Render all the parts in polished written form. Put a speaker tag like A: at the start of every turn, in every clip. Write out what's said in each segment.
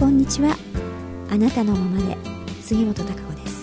A: こんにちは。あなたのままで杉本孝子です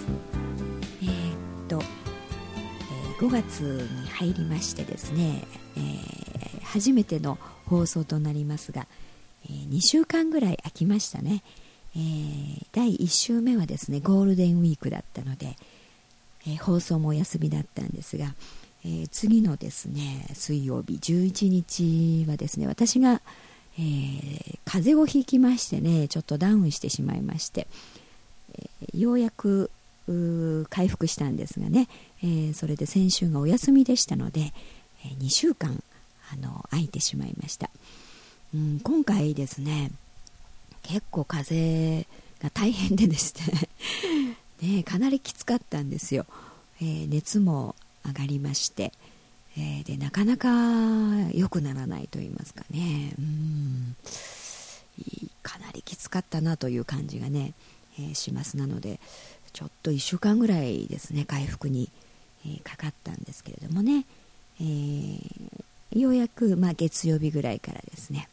A: 。5月に入りましてですね、初めての放送となりますが、2週間ぐらい空きましたね。第1週目はですねゴールデンウィークだったので、放送もお休みだったんですが、次のですね水曜日11日はですね、私が、風邪をひきましてね、ちょっとダウンしてしまいまして、ようやく回復したんですがね、それで先週がお休みでしたので、2週間空いてしまいました。今回ですね結構風邪が大変でですねね、かなりきつかったんですよ。熱も上がりまして、でなかなか良くならないと言いますかね、かなりきつかったなという感じがね、します。なのでちょっと1週間ぐらいですね回復に、かかったんですけれどもね、ようやく、月曜日ぐらいからですね、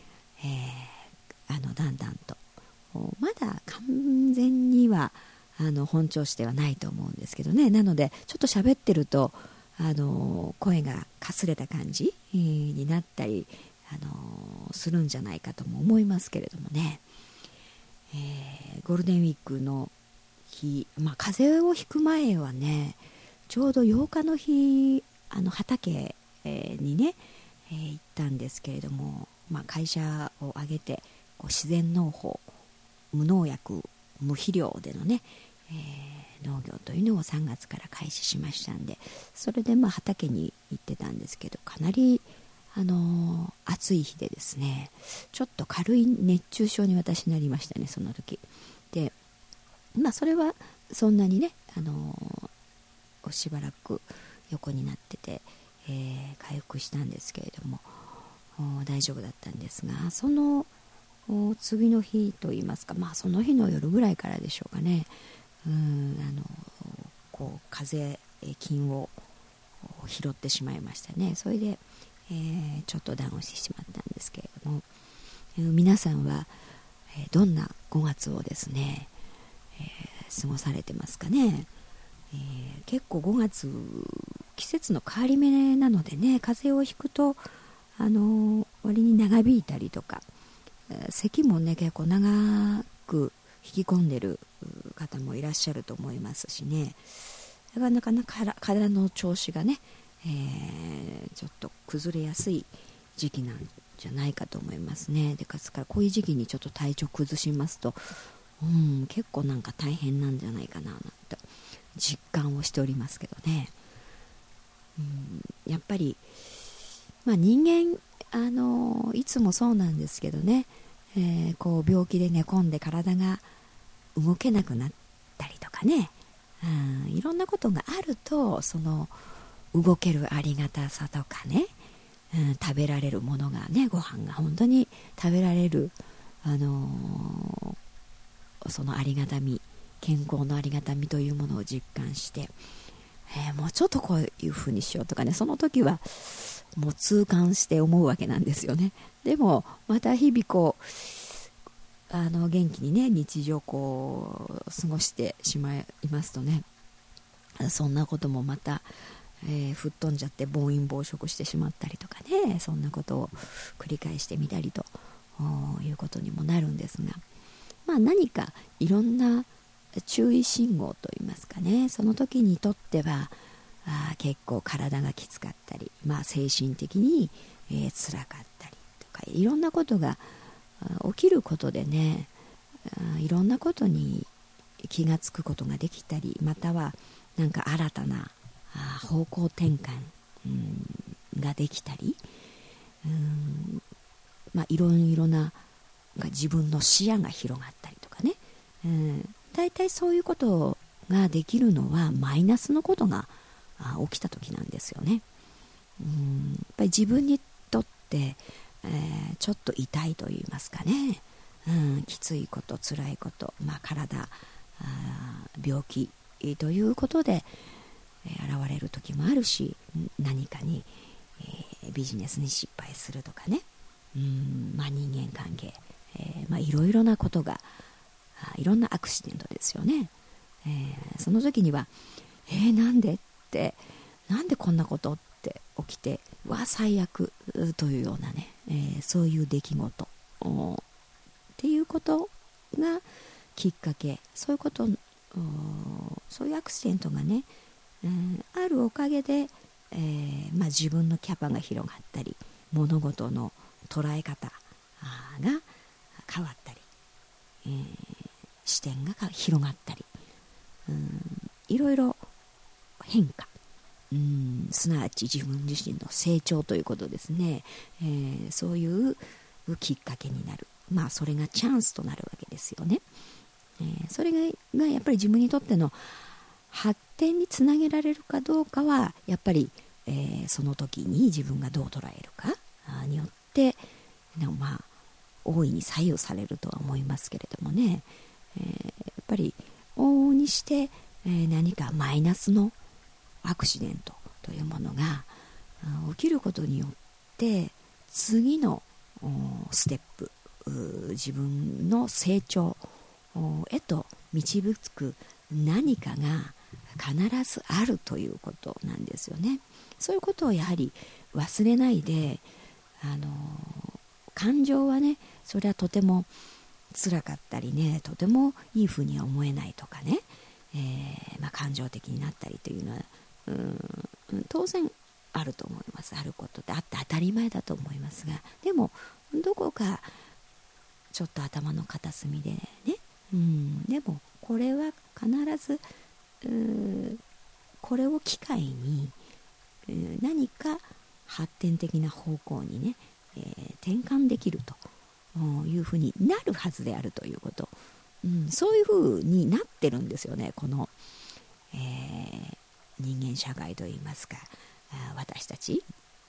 A: だんだんとまだ完全には本調子ではないと思うんですけどね。なのでちょっと喋ってると声がかすれた感じになったりするんじゃないかとも思いますけれどもね、ゴールデンウィークの日、風邪をひく前はねちょうど8日の日畑にね、行ったんですけれども、会社を挙げて自然農法、無農薬無肥料でのね、農業というのを3月から開始しましたんで、それで畑に行ってたんですけど、かなり暑い日でですね、ちょっと軽い熱中症に私なりましたね、その時で。それはそんなにねしばらく横になってて、回復したんですけれども大丈夫だったんですが、その次の日といいますか、その日の夜ぐらいからでしょうかね、風邪菌を拾ってしまいましたね。それで、ちょっとダウンしてしまったんですけれども、皆さんは、どんな5月をですね、過ごされてますかね。結構5月季節の変わり目なのでね、風邪をひくと割に長引いたりとか、咳もね結構長く引き込んでる方もいらっしゃると思いますしね、なかなか体の調子がね、ちょっと崩れやすい時期なんじゃないかと思いますね。でかつからこういう時期にちょっと体調崩しますと、結構なんか大変なんじゃないかななんて実感をしておりますけどね。やっぱり、人間いつもそうなんですけどね、病気で寝込んで体が動けなくなったりとかね、いろんなことがあると、その動けるありがたさとかね、食べられるものがね、ご飯が本当に食べられる、そのありがたみ、健康のありがたみというものを実感して、もうちょっとこういうふうにしようとかね、その時はもう痛感して思うわけなんですよね。でもまた日々元気にね日常過ごしてしまいますとね、そんなこともまた、吹っ飛んじゃって暴飲暴食してしまったりとかね、そんなことを繰り返してみたりということにもなるんですが、何かいろんな注意信号といいますかね、その時にとっては結構体がきつかったり、精神的に、辛かったりとか、いろんなことが起きることでね、いろんなことに気がつくことができたり、またはなんか新たな方向転換、ができたり、いろいろな自分の視野が広がったりとかね、だいたいそういうことができるのはマイナスのことが起きた時なんですよね。やっぱり自分にとって、ちょっと痛いと言いますかね、きついこと、辛いこと、体、病気ということで、現れる時もあるし、何かに、ビジネスに失敗するとかね、人間関係、 いろいろなことが、いろんなアクシデントですよね。その時にはなんでこんなことって起きて最悪というようなね、そういう出来事っていうことがきっかけ、そういうアクシデントがね、あるおかげで、自分のキャパが広がったり、物事の捉え方が変わったり、視点が広がったり、いろいろ変化、すなわち自分自身の成長ということですね。そういうきっかけになる、それがチャンスとなるわけですよね。それがやっぱり自分にとっての発展につなげられるかどうかはやっぱり、その時に自分がどう捉えるかによって大いに左右されるとは思いますけれどもね、やっぱり往々にして、何かマイナスのアクシデントというものが起きることによって次のステップ、自分の成長へと導く何かが必ずあるということなんですよね。そういうことをやはり忘れないで、感情はね、それはとても辛かったりね、とてもいいふうには思えないとかね、感情的になったりというのは当然あると思います。あることであって当たり前だと思いますが、でもどこかちょっと頭の片隅でね、でもこれは必ずこれを機会に何か発展的な方向にね、転換できるというふうになるはずであるということ、そういうふうになってるんですよね。この、人間社会といいますか、私たち、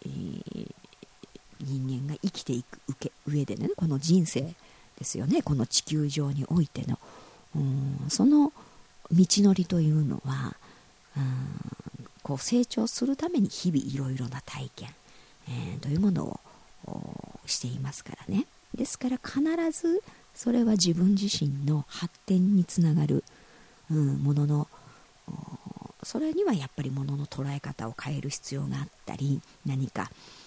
A: 人間が生きていく上でね、この人生ですよね、この地球上においてのその道のりというのはこう成長するために日々いろいろな体験、というものをしていますからね。ですから必ずそれは自分自身の発展につながるものの、それにはやっぱりものの捉え方を変える必要があったり、何か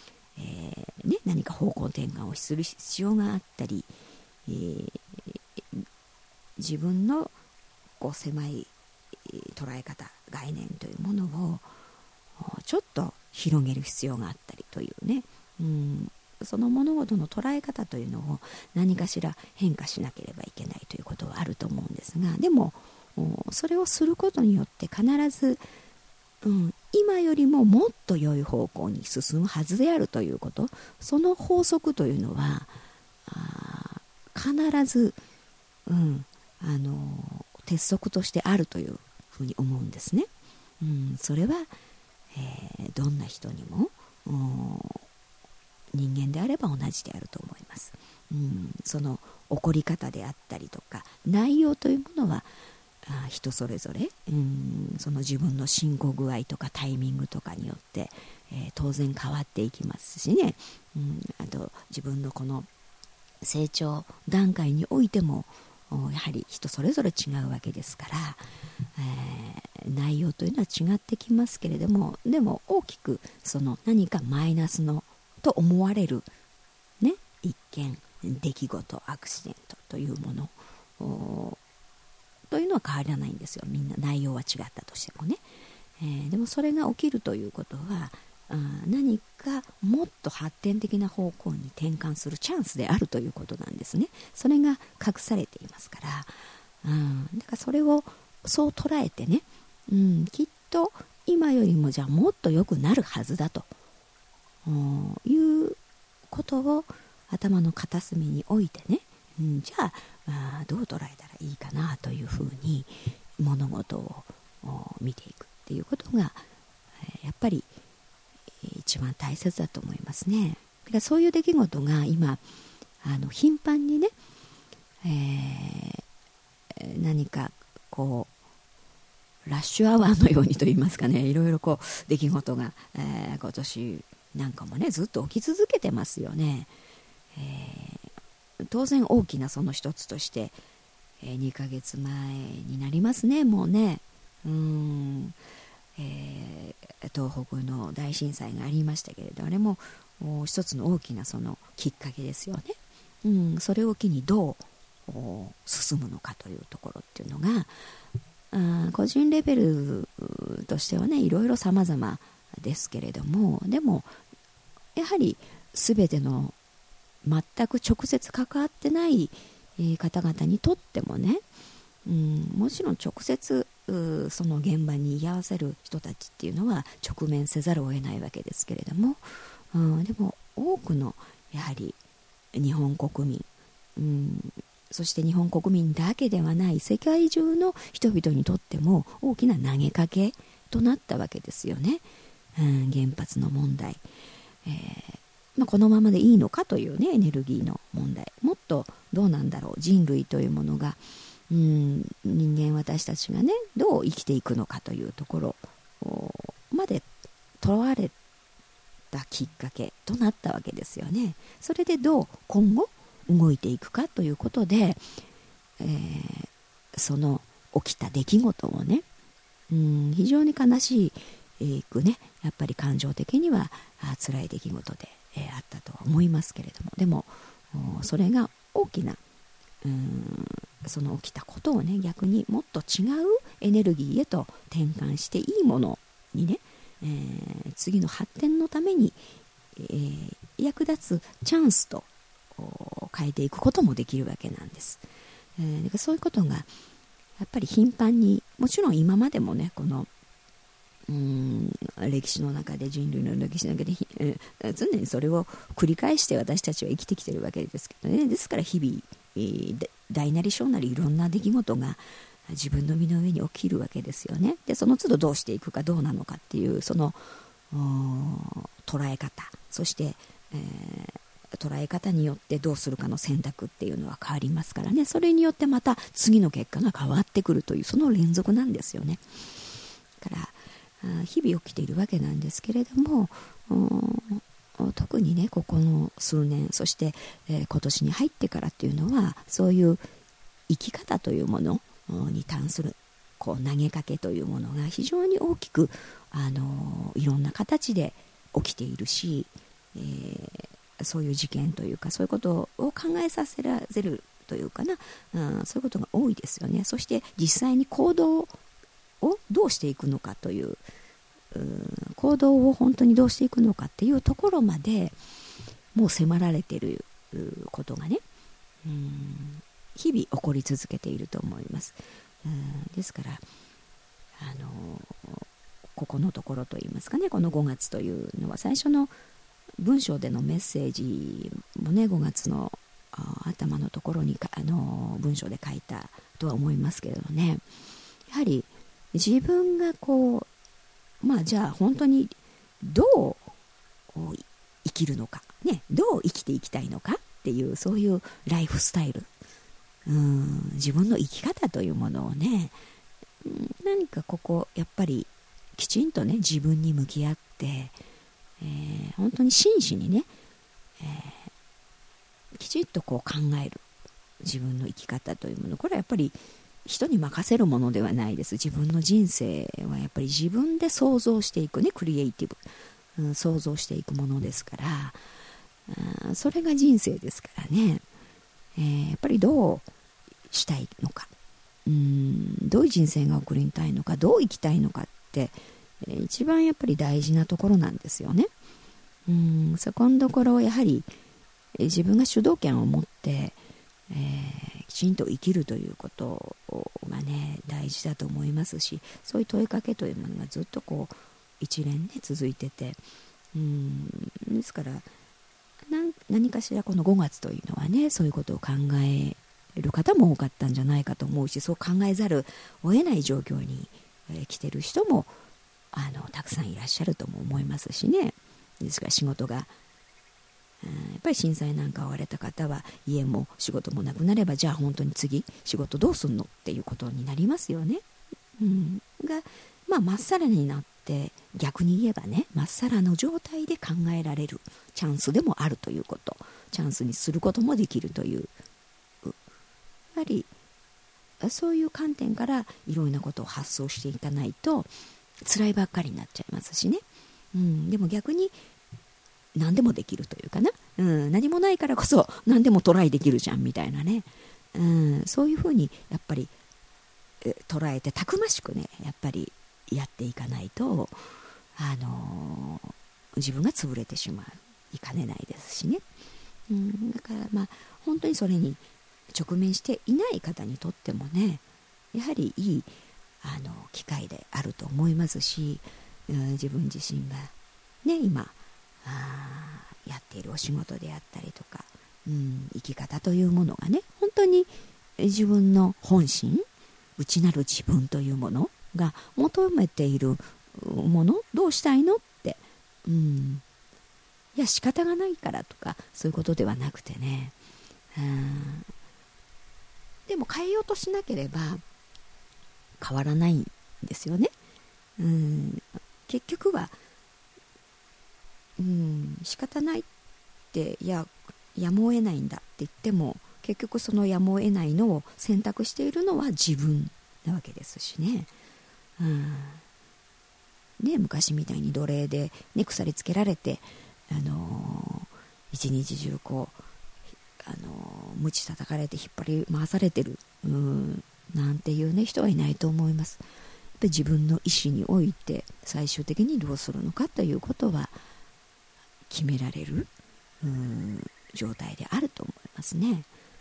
A: 方向転換をする必要があったり、自分のこう狭い捉え方、概念というものをちょっと広げる必要があったりというね、その物事の捉え方というのを何かしら変化しなければいけないということはあると思うんですが、でもそれをすることによって必ず、今よりももっと良い方向に進むはずであるということ、その法則というのは必ず、鉄則としてあるというふうに思うんですね。それは、どんな人にも人間であれば同じであると思います。その起こり方であったりとか内容というものは人それぞれ、その自分の進行具合とかタイミングとかによって、当然変わっていきますしね、あと自分のこの成長段階においてもやはり人それぞれ違うわけですから、内容というのは違ってきますけれども、でも大きくその何かマイナスのと思われる、一見出来事、アクシデントというものというのは変わらないんですよ。みんな内容は違ったとしてもね、でもそれが起きるということは何かもっと発展的な方向に転換するチャンスであるということなんですね。それが隠されていますから、だからそれをそう捉えてね、きっと今よりもじゃあもっと良くなるはずだということを頭の片隅に置いてね、じゃあ、どう捉えたらいいかなというふうに物事を見ていくっていうことがやっぱり一番大切だと思いますね。だからそういう出来事が今頻繁にね、何かこうラッシュアワーのようにといいますかね、いろいろこう出来事が、今年なんかもねずっと起き続けてますよね。 当然大きなその一つとして、2ヶ月前になりますね、もうね。東北の大震災がありましたけれど、あれも一つの大きなそのきっかけですよね。それを機にどう進むのかというところっていうのが、個人レベルとしてはね、いろいろ様々ですけれども、でもやはり全ての全く直接関わってない方々にとってもね、もちろん直接その現場に居合わせる人たちっていうのは直面せざるを得ないわけですけれども、でも多くのやはり日本国民、そして日本国民だけではない世界中の人々にとっても大きな投げかけとなったわけですよね。原発の問題、このままでいいのかというね、エネルギーの問題、もっとどうなんだろう、人類というものが、人間私たちがねどう生きていくのかというところまで問われたきっかけとなったわけですよね。それでどう今後動いていくかということで、その起きた出来事をね、非常に悲しくね、やっぱり感情的には辛い出来事で、あったとは思いますけれども、でもそれが大きなその起きたことをね、逆にもっと違うエネルギーへと転換していいものにね、次の発展のために、役立つチャンスと変えていくこともできるわけなんです。だからそういうことがやっぱり頻繁に、もちろん今までもね、この歴史の中で、人類の歴史の中で、常にそれを繰り返して私たちは生きてきてるわけですけどね。ですから日々、大なり小なりいろんな出来事が自分の身の上に起きるわけですよね。でその都度どうしていくか、どうなのかっていうその捉え方、そして、捉え方によってどうするかの選択っていうのは変わりますからね。それによってまた次の結果が変わってくるという、その連続なんですよね。だから日々起きているわけなんですけれども、特にねここの数年、そして、今年に入ってからっていうのは、そういう生き方というものに関する投げかけというものが非常に大きく、いろんな形で起きているし、そういう事件というか、そういうことを考えさせられるというかな、そういうことが多いですよね。そして実際に行動をどうしていくのかという、行動を本当にどうしていくのかっていうところまでもう迫られていることがね、日々起こり続けていると思います。ですからここのところといいますかね、この5月というのは、最初の文章でのメッセージもね、5月の頭のところに文章で書いたとは思いますけれどね、やはり自分がじゃあ本当にどう生きるのか、ね、どう生きていきたいのかっていう、そういうライフスタイル、自分の生き方というものをね、何かやっぱりきちんとね自分に向き合って、本当に真摯にね、きちんと考える自分の生き方というもの、これはやっぱり人に任せるものではないです。自分の人生はやっぱり自分で想像していくね、クリエイティブ、想像していくものですから、それが人生ですからね、やっぱりどうしたいのか、どういう人生が送りたいのか、どう生きたいのかって、一番やっぱり大事なところなんですよね。そこのところやはり自分が主導権を持って、きちんと生きるということがね大事だと思いますし、そういう問いかけというものがずっと一連ね続いてて、ですから何かしらこの5月というのはね、そういうことを考える方も多かったんじゃないかと思うし、そう考えざるを得ない状況に、来てる人もたくさんいらっしゃるとも思いますしね。ですから仕事が、やっぱり震災なんかを追われた方は家も仕事もなくなれば、じゃあ本当に次仕事どうすんのっていうことになりますよね。まっさらになって、逆に言えばね、まっさらの状態で考えられるチャンスでもあるということチャンスにすることもできるという、やはりそういう観点からいろんなことを発想していかないと辛いばっかりになっちゃいますしね、でも逆に何でもできるというかな、何もないからこそ何でもトライできるじゃんみたいなね、そういうふうにやっぱり捉えてたくましくねやっぱりやっていかないと、自分が潰れてしまいかねないですしね、だから本当にそれに直面していない方にとってもねやはりいい機会であると思いますし、自分自身がね今やっているお仕事であったりとか、生き方というものがね本当に自分の本心、内なる自分というものが求めているもの、どうしたいのって、いや仕方がないからとかそういうことではなくてね、でも変えようとしなければ変わらないんですよね。結局は仕方ないって、いやむを得ないんだって言っても結局そのやむを得ないのを選択しているのは自分なわけですしね。昔みたいに奴隷で、鎖つけられて、一日中鞭叩かれて引っ張り回されてるなんていう人はいないと思います。やっぱり自分の意思において最終的にどうするのかということは決められる状態であると思いますね。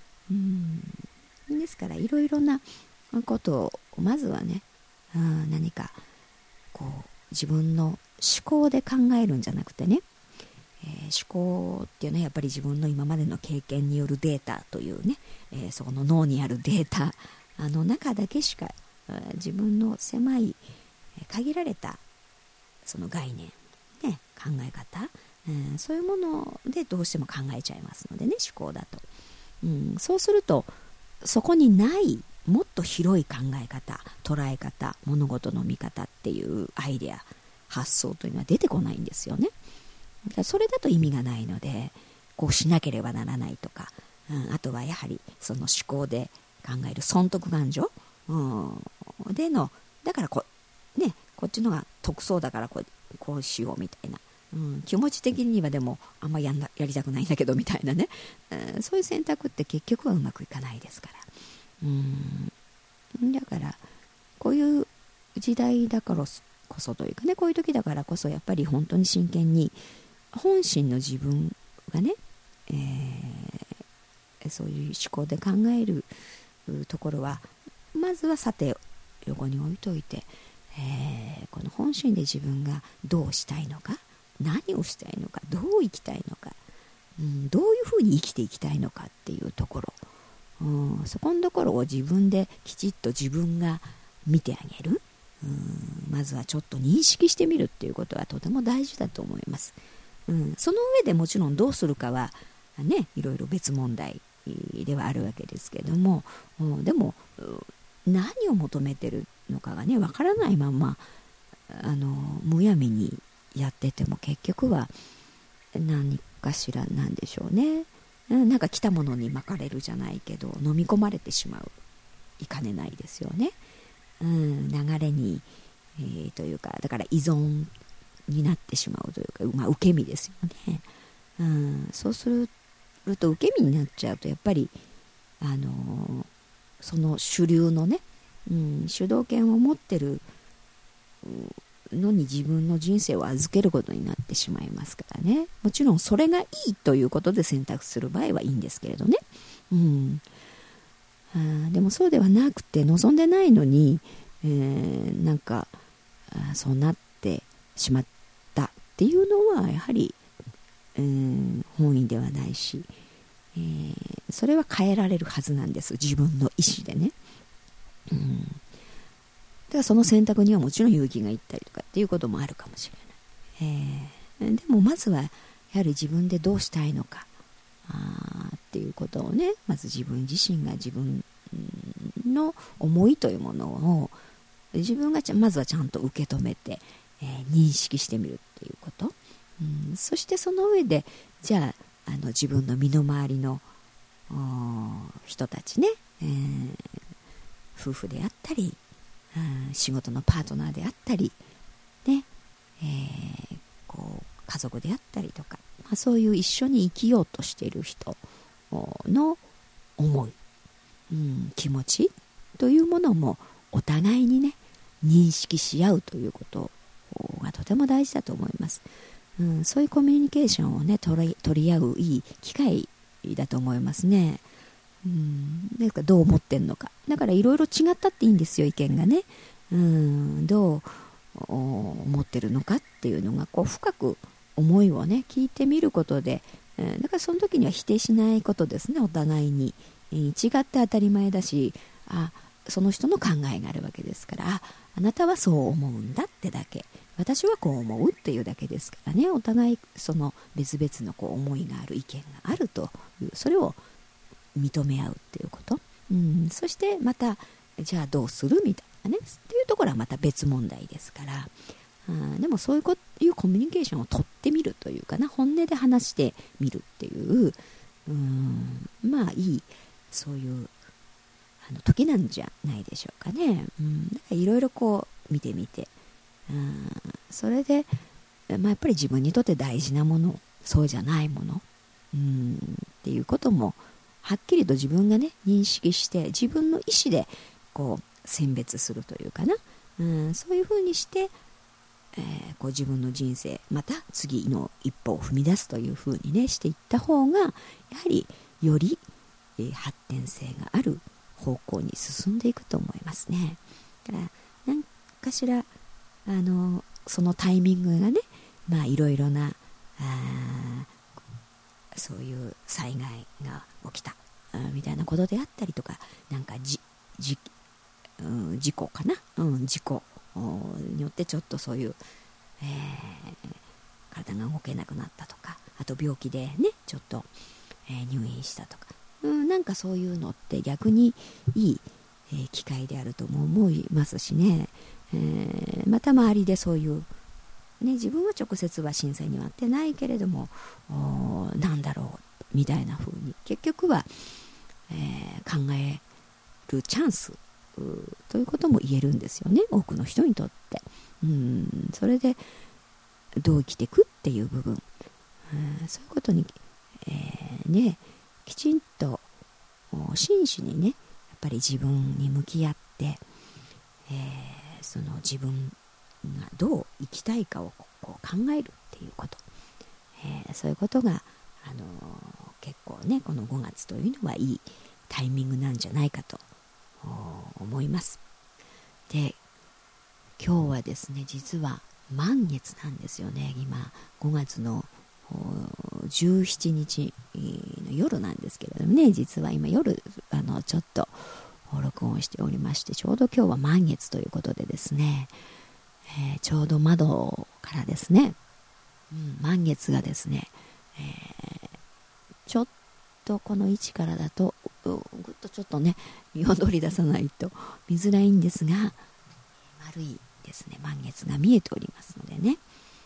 A: からいろいろなことをまずはね、何かこう自分の思考で考えるんじゃなくてね、思考っていうのはやっぱり自分の今までの経験によるデータというね、そこの脳にあるデータの中だけしか自分の狭い限られたその概念、ね、考え方、そういうものでどうしても考えちゃいますのでね、思考だと、そうするとそこにないもっと広い考え方、捉え方、物事の見方っていうアイデア、発想というのは出てこないんですよね。それだと意味がないので、こうしなければならないとか、あとはやはりその思考で考える損得感情、でのだからこっちのが得そうだからこうしようみたいな、気持ち的にはでもあんまやりたくないんだけどみたいなね、そういう選択って結局はうまくいかないですから、だからこういう時代だからこそというかね、こういう時だからこそやっぱり本当に真剣に本心の自分がね、そういう思考で考えるところはまずはさて横に置いといて、この本心で自分がどうしたいのか、何をしたいのか、どう生きたいのか、どういうふうに生きていきたいのかっていうところ、そこのところを自分できちっと自分が見てあげる、まずはちょっと認識してみるっていうことはとても大事だと思います。その上でもちろんどうするかはね、いろいろ別問題ではあるわけですけども、でも何を求めてるのかがねわからないままむやみにやってても結局は何かしらなんでしょうね、なんか来たものに巻かれるじゃないけど飲み込まれてしまう、いかねないですよね。流れに、というかだから依存になってしまうというか、受け身ですよね。そうすると受け身になっちゃうとやっぱりその主流のね、主導権を持ってるのに自分の人生を預けることになってしまいますからね。もちろんそれがいいということで選択する場合はいいんですけれどね、でもそうではなくて望んでないのに、なんかそうなってしまったっていうのはやはり、本意ではないし、それは変えられるはずなんです、自分の意思でね。だからその選択にはもちろん勇気がいったりとかっていうこともあるかもしれない、でもまずはやはり自分でどうしたいのかっていうことをね、まず自分自身が自分の思いというものを自分がまずはちゃんと受け止めて、認識してみるっていうこと、そしてその上でじゃあ自分の身の回りの人たちね、夫婦であったり、仕事のパートナーであったり、ね、家族であったりとか、そういう一緒に生きようとしている人の思い、気持ちというものもお互いにね認識し合うということがとても大事だと思います。そういうコミュニケーションをね取り合ういい機会だと思いますね。どう思ってんのか、だからいろいろ違ったっていいんですよ、意見がね。どう思ってるのかっていうのが深く思いをね聞いてみることで、だからその時には否定しないことですね。お互いに違って当たり前だし、その人の考えがあるわけですから、あなたはそう思うんだってだけ、私はこう思うっていうだけですからね。お互いその別々の思いがある、意見があるという、それを認め合うっていうこと、そしてまたじゃあどうするみたいなねっていうところはまた別問題ですから、でもそういうコミュニケーションを取ってみるというかな、本音で話してみるっていう、いいそういう時なんじゃないでしょうかね。いろいろ見てみて、それで、やっぱり自分にとって大事なもの、そうじゃないもの、っていうこともはっきりと自分がね認識して、自分の意思で選別するというかな、そういうふうにして、自分の人生また次の一歩を踏み出すというふうにねしていった方が、やはりより、発展性がある方向に進んでいくと思いますね。だから何かしらそのタイミングがね、いろいろなそういう災害が起きたみたいなことであったりとか、事故かな、事故によってちょっとそういう、体が動けなくなったとか、あと病気でねちょっと、入院したとか、そういうのって逆にいい、機会であるとも思いますしね。また周りでそういう、自分は直接は震災には遭ってないけれども、なんだろうみたいな風に結局は、考えるチャンスということも言えるんですよね、多くの人にとって。それでどう生きていくっていう部分、そういうことに、きちんと真摯にねやっぱり自分に向き合って、その自分がどう生きたいかを考えるっていうこと、そういうことが、結構ねこの5月というのはいいタイミングなんじゃないかと思います。で、今日はですね実は満月なんですよね。今5月の17日の夜なんですけれどもね、実は今夜ちょっと録音しておりまして、ちょうど今日は満月ということでですね、ちょうど窓からですね、満月がですね、ちょっとこの位置からだとぐっとちょっとね見躍り出さないと見づらいんですが、丸いですね満月が見えておりますのでね、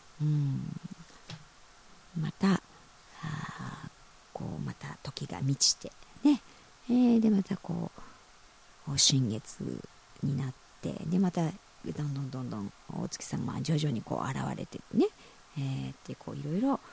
A: またまた時が満ちてね、でまた新月になって、でまたどんどんお月様が徐々に現れてね、でいろいろ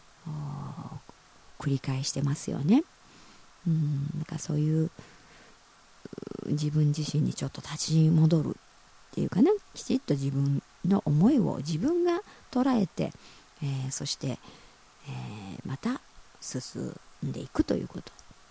A: 繰り返してますよね。なんかそういう自分自身にちょっと立ち戻るっていうかな、きちっと自分の思いを自分が捉えて、そして、また進んでいくということ、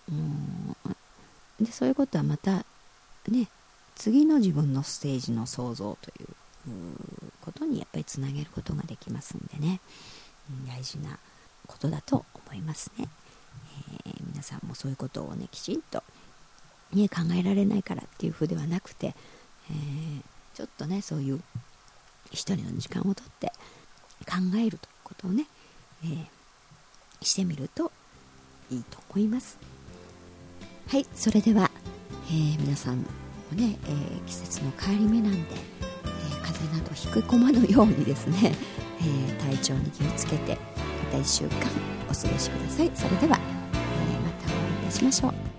A: でそういうことはまたね次の自分のステージの創造ということにやっぱりつなげることができますんでね、大事なことだと思いますね。皆さんもそういうことをねきちんと、ね、考えられないからっていうふうではなくて、ちょっとねそういう一人の時間をとって考えるということをね、してみるといいと思います。はい、それでは、皆さんもね、季節の変わり目なんで、風邪など引き込まぬようにですね、体調に気をつけてまた1週間お過ごしください。それでは、またお会いいたしましょう。